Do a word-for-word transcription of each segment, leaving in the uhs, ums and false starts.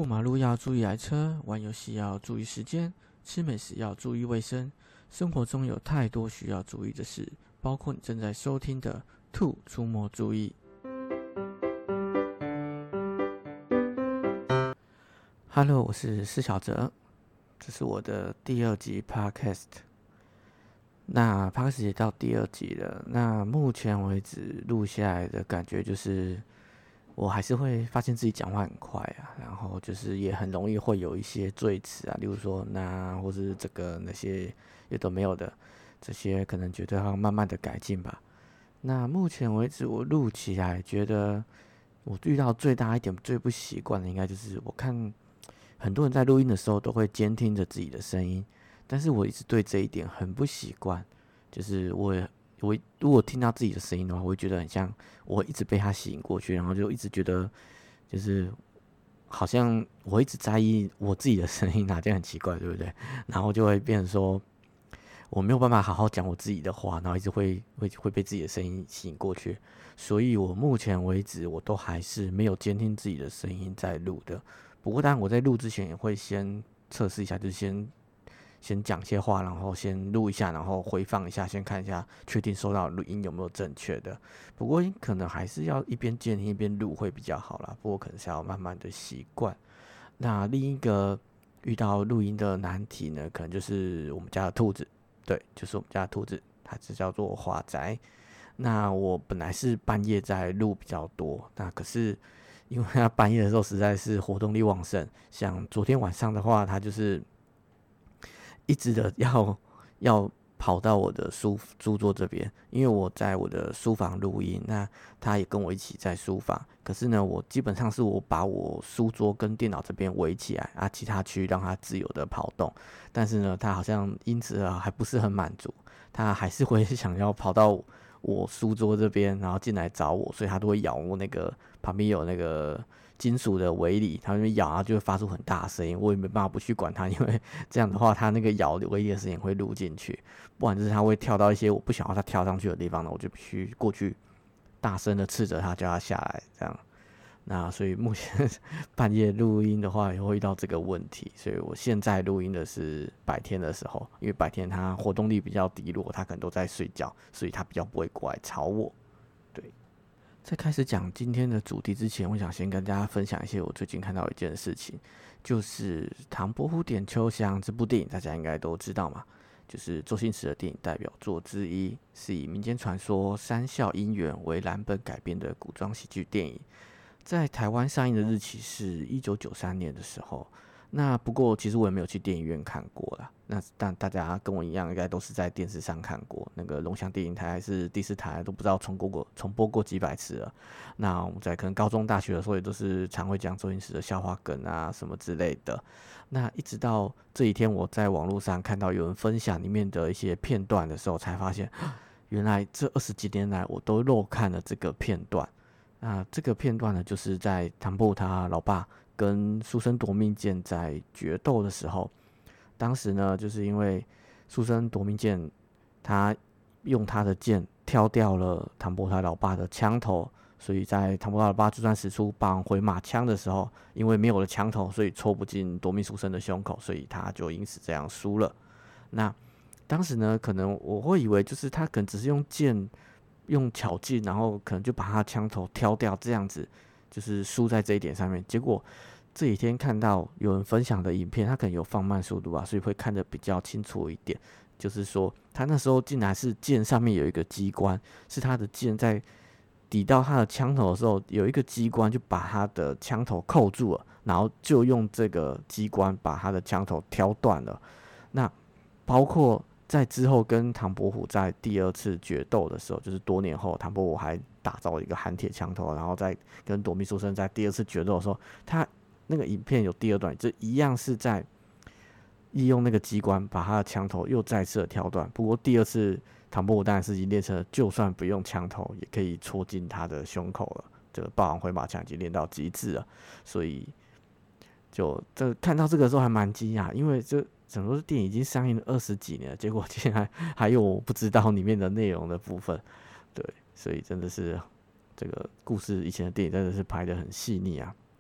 过马路要注意来车，玩游戏要注意时间，吃美食要注意卫生。生活中有太多需要注意的事，包括你正在收听的《兔出没注意》。Hello， 我是施小哲，这是我的第二集 Podcast。那 Podcast 也到第二集了，那目前为止录下来的感觉就是，我还是会发现自己讲话很快啊，然后就是也很容易会有一些赘词啊，例如说那或是这个那些有的没有的，这些可能觉得要慢慢的改进吧。那目前为止我录起来，觉得我遇到最大一点最不习惯的，应该就是我看很多人在录音的时候都会监听着自己的声音，但是我一直对这一点很不习惯，就是我我如果听到自己的声音的话，我会觉得很像我会一直被它吸引过去，然后就一直觉得就是好像我一直在意我自己的声音啊，这样很奇怪，对不对？然后就会变成说我没有办法好好讲我自己的话，然后一直会会会被自己的声音吸引过去，所以我目前为止我都还是没有监听自己的声音在录的。不过当然我在录之前也会先测试一下，就是先先讲些话，然后先录一下，然后回放一下，先看一下，确定收到的录音有没有正确的。不过可能还是要一边监听一边录会比较好啦。不过可能是要慢慢的习惯。那另一个遇到录音的难题呢，可能就是我们家的兔子，对，就是我们家的兔子，它只叫做华仔。那我本来是半夜在录比较多，那可是因为他半夜的时候实在是活动力旺盛，像昨天晚上的话，他就是一直的要要跑到我的书书桌这边，因为我在我的书房录音，那他也跟我一起在书房。可是呢，我基本上是我把我书桌跟电脑这边围起来啊，其他区让他自由的跑动。但是呢，他好像因此啊还不是很满足，他还是会想要跑到我书桌这边，然后进来找我，所以他都会咬我那个旁边有那个金属的围篱，他就咬，它就会发出很大的声音。我也没办法不去管它，因为这样的话，它那个咬围篱的声音会录进去。不然就是它会跳到一些我不想要它跳上去的地方呢，我就必须过去大声的斥责它，叫它下来。这样，那所以目前半夜录音的话，也会遇到这个问题。所以我现在录音的是白天的时候，因为白天它活动力比较低落，它可能都在睡觉，所以它比较不会过来吵我。对。在开始讲今天的主题之前，我想先跟大家分享一些我最近看到一件事情，就是《唐伯虎点秋香》这部电影，大家应该都知道嘛，就是周星驰的电影代表作之一，是以民间传说三笑姻缘为蓝本改编的古装喜剧电影，在台湾上映的日期是一九九三年的时候。那不过其实我也没有去电影院看过啦，那但大家跟我一样应该都是在电视上看过，那个龙祥电影台还是第四台都不知道重播过重播过几百次了。那我们在可能高中大学的时候也都是常会讲周星驰的笑话梗啊什么之类的。那一直到这几天我在网络上看到有人分享里面的一些片段的时候，才发现原来这二十几年来我都漏看了这个片段。那这个片段呢，就是在唐伯虎他老爸跟书生夺命剑在决斗的时候，当时呢，就是因为书生夺命剑他用他的剑挑掉了唐伯虎他老爸的枪头，所以在唐伯虎他老爸就算使出霸王回马枪的时候，因为没有了枪头，所以戳不进夺命书生的胸口，所以他就因此这样输了。那当时呢，可能我会以为就是他可能只是用剑用巧劲，然后可能就把他的枪头挑掉，这样子就是输在这一点上面。结果这几天看到有人分享的影片，他可能有放慢速度啊，所以会看得比较清楚一点。就是说，他那时候竟然是剑上面有一个机关，是他的剑在抵到他的枪头的时候，有一个机关就把他的枪头扣住了，然后就用这个机关把他的枪头挑断了。那包括在之后跟唐伯虎在第二次决斗的时候，就是多年后，唐伯虎还打造一个寒铁枪头，然后再跟夺命书生在第二次决斗的时候，他那个影片有第二段，这一样是在利用那个机关把他的枪头又再次的挑断。不过第二次唐伯虎当然是已经练成了，就算不用枪头也可以戳进他的胸口了。这个霸王回马枪已经练到极致了，所以就这看到这个时候还蛮惊讶，因为这整部电影已经上映了二十几年了，结果竟然还有我不知道里面的内容的部分。对，所以真的是这个故事以前的电影真的是拍得很细腻啊。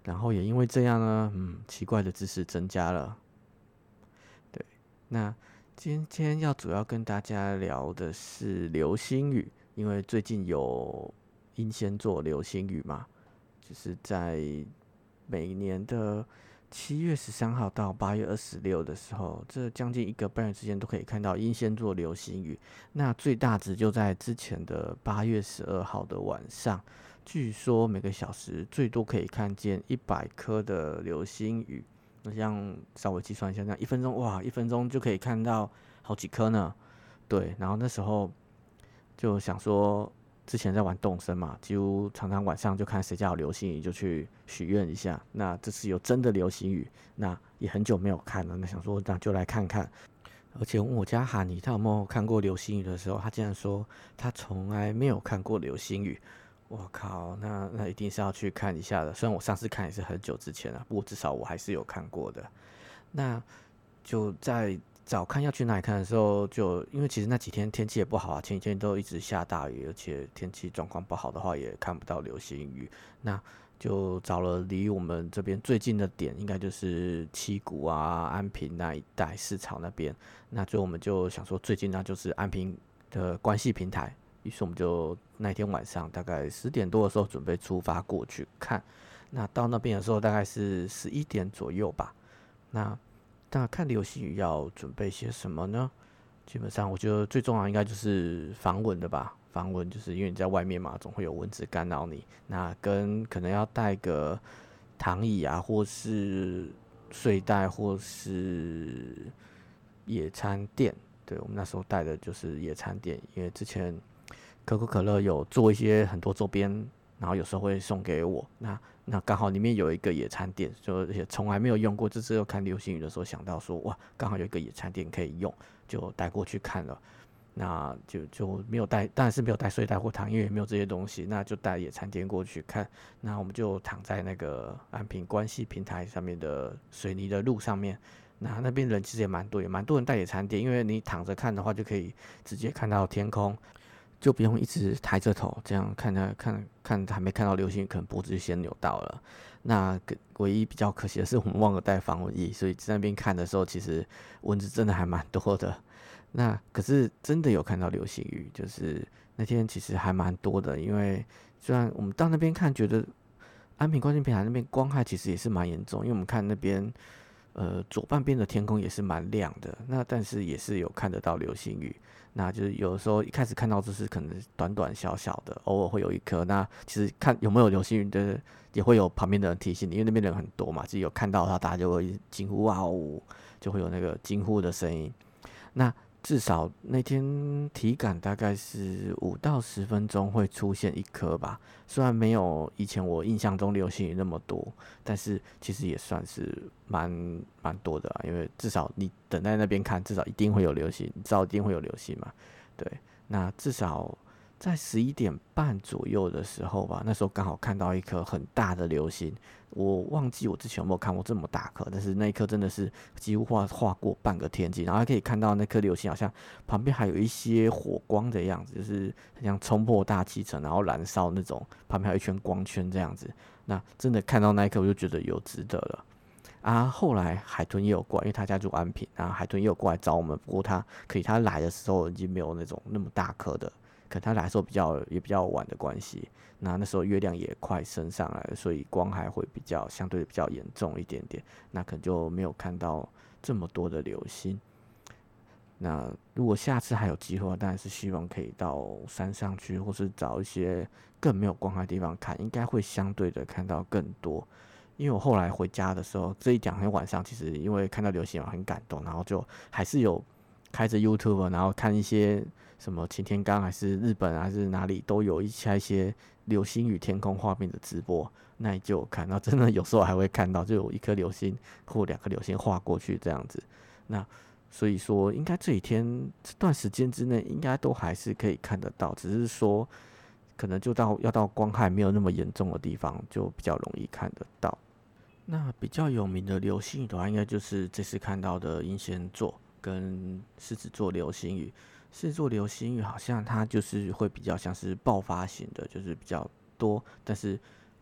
然后也因为这样呢，嗯，奇怪的知识增加了。对，那今天要主要跟大家聊的是流星雨，因为最近有英仙座流星雨嘛，就是在每年的七月十三号到八月二十六的时候，这将近一个半月之间都可以看到英仙座流星雨。那最大值就在之前的八月十二号的晚上，据说每个小时最多可以看见一百颗的流星雨。那这样稍微计算一下，这样一分钟哇，一分钟就可以看到好几颗呢。对，然后那时候就想说，之前在玩动森嘛，几乎常常晚上就看谁家有流星雨就去许愿一下。那这次有真的流星雨，那也很久没有看了，那想说那就来看看。而且问我家哈尼他有没有看过流星雨的时候，他竟然说他从来没有看过流星雨。我靠，那那一定是要去看一下的。虽然我上次看也是很久之前了，不过至少我还是有看过的。那就在找看要去哪里看的时候，就因为其实那几天天气也不好啊，前几天都一直下大雨，而且天气状况不好的话也看不到流星雨。那就找了离我们这边最近的点，应该就是七股啊、安平那一带市场那边。那最后我们就想说，最近那就是安平的关系平台，于是我们就那天晚上大概十点多的时候准备出发过去看。那到那边的时候大概是十一点左右吧。那那看流星雨要准备些什么呢？基本上我觉得最重要应该就是防蚊的吧。防蚊就是因为你在外面嘛，总会有蚊子干扰你。那跟可能要带个躺椅啊，或是睡袋，或是野餐垫。对，我们那时候带的就是野餐垫，因为之前可口可乐有做一些很多周边，然后有时候会送给我。那那刚好里面有一个野餐垫，就而且从来没有用过，这次又看流星雨的时候想到说，哇，刚好有一个野餐垫可以用，就带过去看了。那就就没有带，当然是没有带睡袋或躺，因为也没有这些东西，那就带野餐垫过去看。那我们就躺在那个安平关系平台上面的水泥的路上面。那那边人其实也蛮多，也蛮多人带野餐垫，因为你躺着看的话，就可以直接看到天空。就不用一直抬着头这样看它看看还没看到流星雨，可能脖子就先扭到了。那唯一比较可惜的是，我们忘了带防蚊液，所以在那边看的时候，其实蚊子真的还蛮多的。那可是真的有看到流星雨，就是那天其实还蛮多的，因为虽然我们到那边看，觉得安平关心平台那边光害其实也是蛮严重，因为我们看那边呃左半边的天空也是蛮亮的，那但是也是有看得到流星雨。那就是有的时候一开始看到就是可能短短小小的，偶尔会有一颗。那其实看有没有流星雨的，也会有旁边的人提醒你，因为那边人很多嘛，其实有看到它，大家就会惊呼哇哦，就会有那个惊呼的声音。那至少那天体感大概是五到十分钟会出现一颗吧，虽然没有以前我印象中流星雨那么多，但是其实也算是蛮蛮多的啦，因为至少你等在那边看，至少一定会有流星，你知道一定会有流星嘛。对，那至少在十一点半左右的时候吧，那时候刚好看到一颗很大的流星，我忘记我之前有没有看过这么大颗，但是那一颗真的是几乎画画过半个天际，然后还可以看到那颗流星好像旁边还有一些火光的样子，就是很像冲破大气层然后燃烧那种，旁边还有一圈光圈这样子。那真的看到那一颗我就觉得有值得了。啊，后来海豚也有过来，因为他家住安平，然后海豚也有过来找我们，不过他可以他来的时候已经没有那种那么大颗的。可能他来的时候比较也比较晚的关系，那那时候月亮也快升上来了，所以光还会比较相对比较严重一点点，那可能就没有看到这么多的流星。那如果下次还有机会，当然是希望可以到山上去，或是找一些更没有光害的地方看，应该会相对的看到更多。因为我后来回家的时候，这一两天晚上，其实因为看到流星嘛，很感动，然后就还是有开着 YouTube， 然后看一些什么擎天岗还是日本还是哪里都有一下一些流星雨天空画面的直播，那你就有看到，真的有时候还会看到，就有一颗流星或两颗流星划过去这样子。那所以说，应该这几天这段时间之内，应该都还是可以看得到，只是说可能就到要到光害没有那么严重的地方，就比较容易看得到。那比较有名的流星雨的话，应该就是这次看到的英仙座跟狮子座流星雨。狮子座流星雨好像它就是会比较像是爆发型的，就是比较多，但是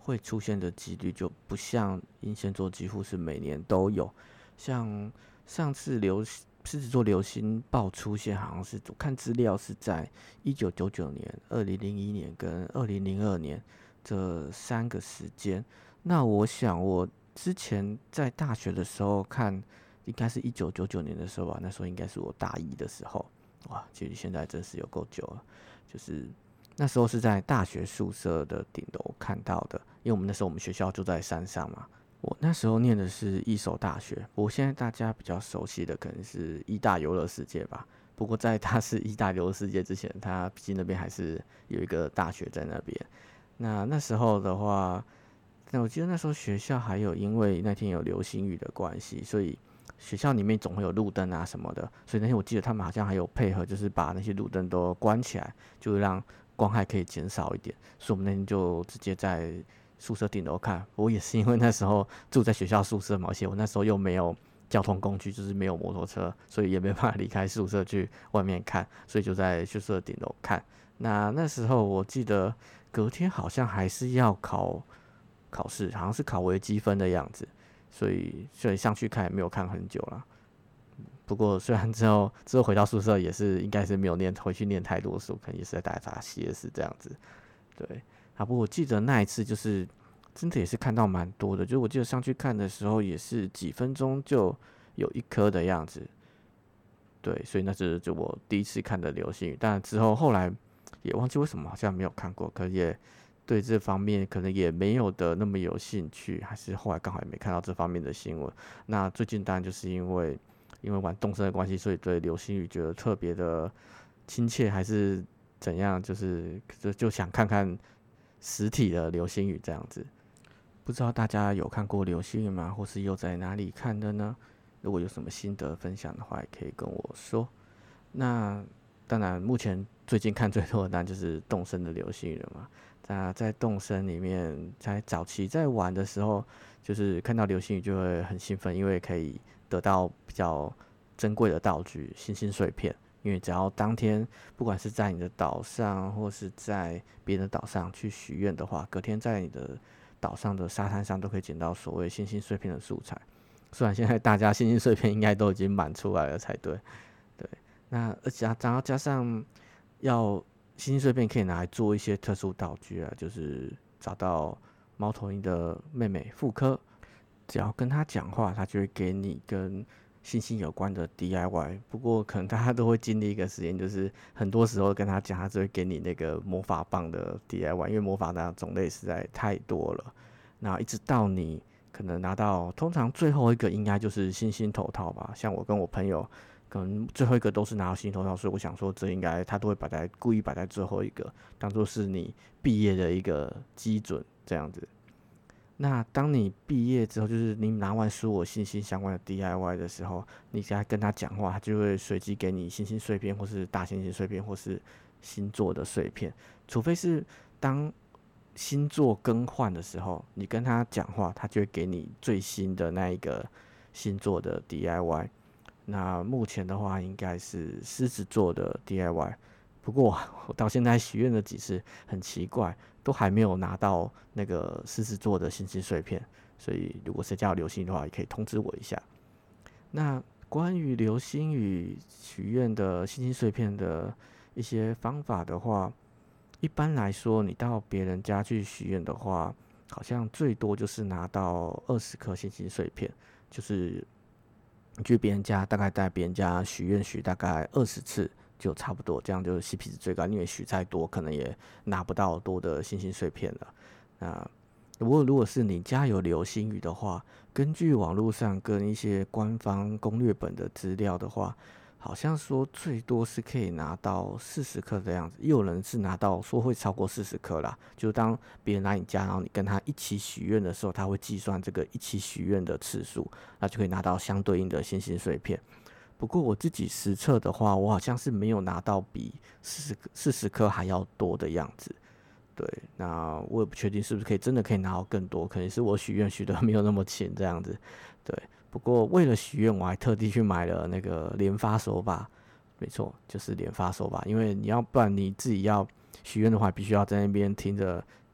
会出现的几率就不像英仙座几乎是每年都有。像上次流狮子座流星爆出现，好像是我看资料是在一九九九年、二零零一年跟二零零二年这三个时间。那我想我之前在大学的时候看，应该是一九九九年的时候吧，那时候应该是我大一的时候。哇，距离现在真是有够久了。就是那时候是在大学宿舍的顶楼看到的，因为我们那时候我们学校就在山上嘛。我那时候念的是一所大学，不过现在大家比较熟悉的可能是医大游乐世界吧。不过在它是医大游乐世界之前，它毕竟那边还是有一个大学在那边。那那时候的话，那我记得那时候学校还有因为那天有流星雨的关系，所以学校里面总会有路灯啊什么的，所以那天我记得他们好像还有配合，就是把那些路灯都关起来，就让光害可以减少一点。所以我们那天就直接在宿舍顶楼看。我也是因为那时候住在学校宿舍嘛，而且我那时候又没有交通工具，就是没有摩托车，所以也没办法离开宿舍去外面看，所以就在宿舍顶楼看。那那时候我记得隔天好像还是要考考试，好像是考微积分的样子，所以所以上去看也没有看很久啦。不过虽然之后之后回到宿舍也是应该是没有念回去念太多书，可能也是在打打 C S 这样子。对，啊，不过我记得那一次就是真的也是看到蛮多的，就是我记得上去看的时候也是几分钟就有一颗的样子。对，所以那是就我第一次看的流星雨，但之后后来也忘记为什么好像没有看过，可也对这方面可能也没有的那么有兴趣，还是后来刚好也没看到这方面的新闻。那最近当然就是因为因为玩动森的关系，所以对流星雨觉得特别的亲切，还是怎样，就是就就想看看实体的流星雨这样子。不知道大家有看过流星雨吗？或是又在哪里看的呢？如果有什么心得分享的话，也可以跟我说。那当然，目前最近看最多的当然就是动森的流星雨了嘛。那在动森里面，在早期在玩的时候，就是看到流星雨就会很兴奋，因为可以得到比较珍贵的道具——星星碎片。因为只要当天不管是在你的岛上，或是在别人的岛上去许愿的话，隔天在你的岛上的沙滩上都可以捡到所谓星星碎片的素材。虽然现在大家星星碎片应该都已经满出来了才对，对。那而且然后加上要星星碎片可以拿来做一些特殊道具啊，就是找到猫头鹰的妹妹妇科，只要跟他讲话，他就会给你跟星星有关的 D I Y。不过可能大家都会经历一个实验，就是很多时候跟他讲，他只会给你那个魔法棒的 D I Y，因为魔法的种类实在太多了。那一直到你可能拿到，通常最后一个应该就是星星头套吧。像我跟我朋友，可能最后一个都是拿到星星头套，所以我想说，这应该他都会摆在故意摆在最后一个，当做是你毕业的一个基准这样子。那当你毕业之后，就是你拿完所有星星相关的 D I Y 的时候，你在跟他讲话，他就会随机给你星星碎片，或是大星星碎片，或是星座的碎片。除非是当星座更换的时候，你跟他讲话，他就会给你最新的那一个星座的 D I Y。那目前的话，应该是狮子座的 D I Y。不过我到现在许愿了几次，很奇怪，都还没有拿到那个狮子座的星星碎片。所以如果谁家有流星雨的话，也可以通知我一下。那关于流星雨许愿的星星碎片的一些方法的话，一般来说，你到别人家去许愿的话，好像最多就是拿到二十颗星星碎片，就是你去别人家，大概在别人家许愿许大概二十次就差不多，这样就 C P 值最高。因为许再多，可能也拿不到多的星星碎片了。那如果如果是你家有流星雨的话，根据网络上跟一些官方攻略本的资料的话，好像说最多是可以拿到四十颗的样子，也有人是拿到说会超过四十颗啦。就当别人来你家，然后你跟他一起许愿的时候，他会计算这个一起许愿的次数，那就可以拿到相对应的星星碎片。不过我自己实测的话，我好像是没有拿到比四十颗还要多的样子。对，那我也不确定是不是可以真的可以拿到更多，可能是我许愿许的没有那么勤这样子。对，不过为了许愿，我还特地去买了那个连发手把，没错，就是连发手把，因为你要不然你自己要许愿的话，必须要在那边听着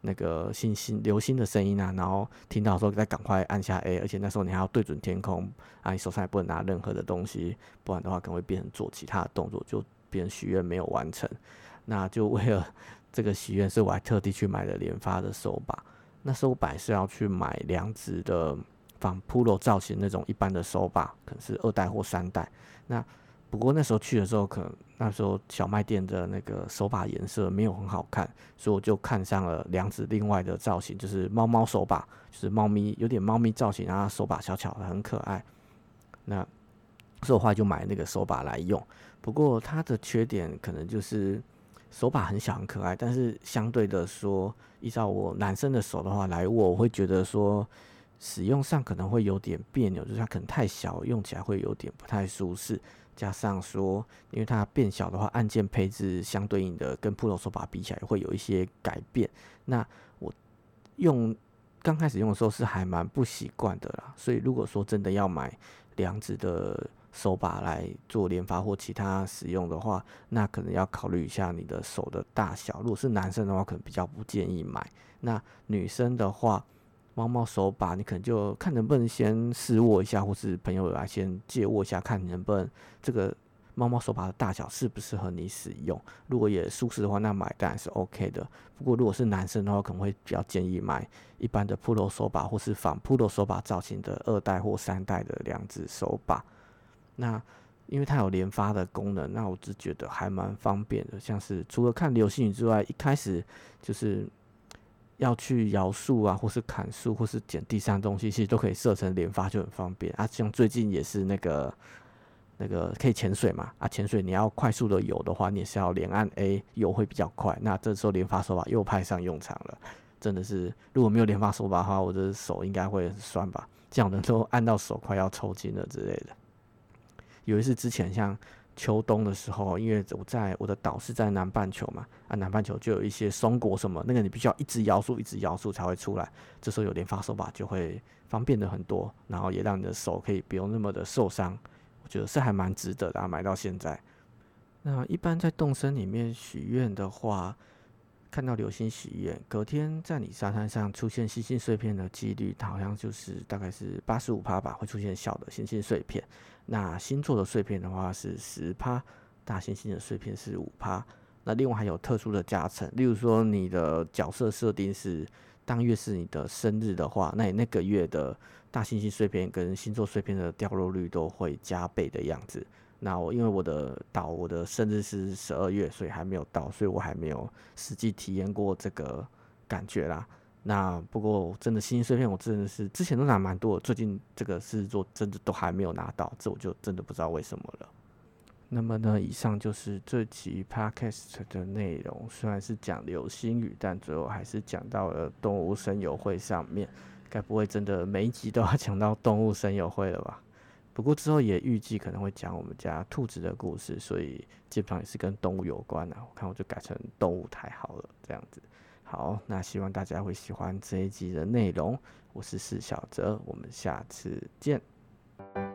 那个星星流星的声音啊，然后听到的时候再赶快按下 A， 而且那时候你还要对准天空啊，你手上也不能拿任何的东西，不然的话可能会变成做其他的动作，就别人许愿没有完成。那就为了这个许愿，所以我还特地去买了联发的手把。那时候我本来是要去买良知的仿 Polo 造型那种一般的手把，可能是二代或三代。那不过那时候去的时候，可能那时候小卖店的那个手把颜色没有很好看，所以我就看上了良知另外的造型，就是猫猫手把，就是猫咪有点猫咪造型，然后手把小巧的很可爱。那所以我后来就买那个手把来用。不过它的缺点可能就是手把很小很可爱，但是相对的说，依照我男生的手的话来握，我会觉得说使用上可能会有点别扭，就是它可能太小，用起来会有点不太舒适。加上说，因为它变小的话，按键配置相对应的跟 Polo 手把比起来会有一些改变。那我用刚开始用的时候是还蛮不习惯的啦，所以如果说真的要买良知的手把来做联发或其他使用的话，那可能要考虑一下你的手的大小。如果是男生的话，可能比较不建议买。那女生的话，猫猫手把你可能就看能不能先试握一下，或是朋友来先借握一下，看能不能这个猫猫手把的大小适不适合你使用。如果也舒适的话，那买当然是 OK 的。不过如果是男生的话，可能会比较建议买一般的 Polo 手把，或是仿 Polo 手把造型的二代或三代的良知手把。那因为它有连发的功能，那我只觉得还蛮方便的。像是除了看流星雨之外，一开始就是要去摇树啊，或是砍树，或是捡地上的东西，其实都可以设成连发，就很方便啊。像最近也是那个那个可以潜水嘛，啊，潜水你要快速的游的话，你也是要连按 A 游会比较快。那这时候连发手把又派上用场了，真的是如果没有连发手把的话，我的手应该会很酸吧，这样的都按到手快要抽筋了之类的。有一次之前像秋冬的时候，因为我在我的岛是在南半球嘛，啊，南半球就有一些松果什么，那个你必须要一直摇树，一直摇树才会出来。这时候有连发手把就会方便的很多，然后也让你的手可以不用那么的受伤，我觉得是还蛮值得的啊，买到现在。那一般在动森里面许愿的话，看到流星许愿，隔天在你沙滩上出现星星碎片的几率，好像就是大概是八十五趴吧，会出现小的星星碎片。那星座的碎片的话是十趴，大猩猩的碎片是五趴。那另外还有特殊的加成，例如说你的角色设定是当月是你的生日的话，那你那个月的大猩猩碎片跟星座碎片的掉落率都会加倍的样子。那我因为我的岛我的生日是十二月，所以还没有到，所以我还没有实际体验过这个感觉啦。那不过真的星星碎片，我真的是之前都拿蛮多的，最近这个狮子座真的都还没有拿到，这我就真的不知道为什么了。那么呢，以上就是这集 podcast 的内容。虽然是讲流星雨，但最后还是讲到了动物森友会上面。该不会真的每一集都要讲到动物森友会了吧？不过之后也预计可能会讲我们家兔子的故事，所以基本上也是跟动物有关啊。我看我就改成动物台好了，这样子。好，那希望大家会喜欢这一集的内容。我是施小哲，我们下次见。